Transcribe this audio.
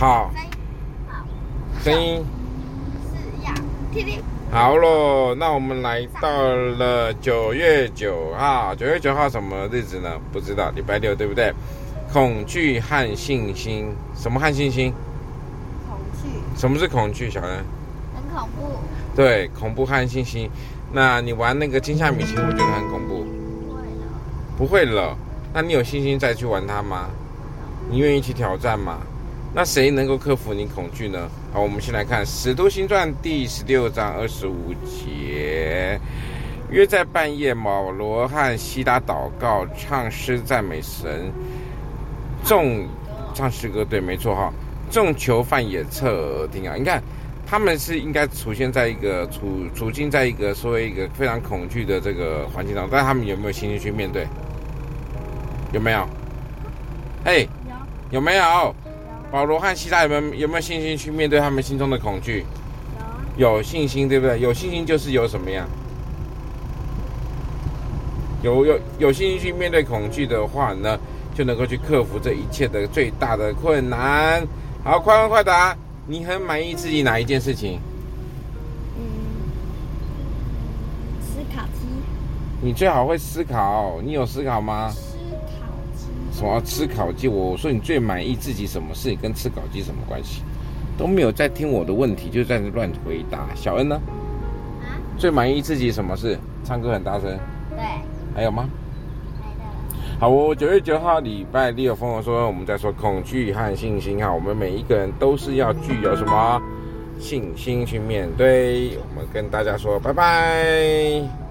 好，声音是要听听。 好咯，那我们来到了9月9号。9月9号什么日子呢？不知道，礼拜六对不对？恐惧和信心，什么和信心？ 恐惧。 什么是恐惧？小恩？ 很恐怖。 对，恐怖和信心。那你玩那个金夏米奇，会觉得很恐怖？ 不会了。 不会了。那你有信心再去玩它吗？你愿意去挑战吗？那谁能够克服你恐惧呢？好，我们先来看《使徒行传》第16章25节。约在半夜，保罗和西拉祷告，唱诗赞美神。唱诗歌，对，没错哈。众囚犯也侧耳听啊！你看，他们是应该处境在一个所谓一个非常恐惧的这个环境当中，但他们有没有信心去面对？有没有？嘿，有没有？保罗和希拉有没有信心去面对他们心中的恐惧？有信心，对不对？有信心就是有什么样？有信心去面对恐惧的话呢，就能够去克服这一切的最大的困难。好，快问快答，你很满意自己哪一件事情？ 思考机。 你最好会思考，你有思考吗？ 思考机。 什么吃烤鸡？我说你最满意自己什么事？跟吃烤鸡什么关系？都没有在听我的问题，就在乱回答。小恩呢？ 啊？ 最满意自己什么事？唱歌很大声。 对。 还有吗？ 没了。 好，9月9号礼拜六，疯狂说我们在说恐惧和信心哈，我们每一个人都是要具有什么信心去面对。我们跟大家说拜拜。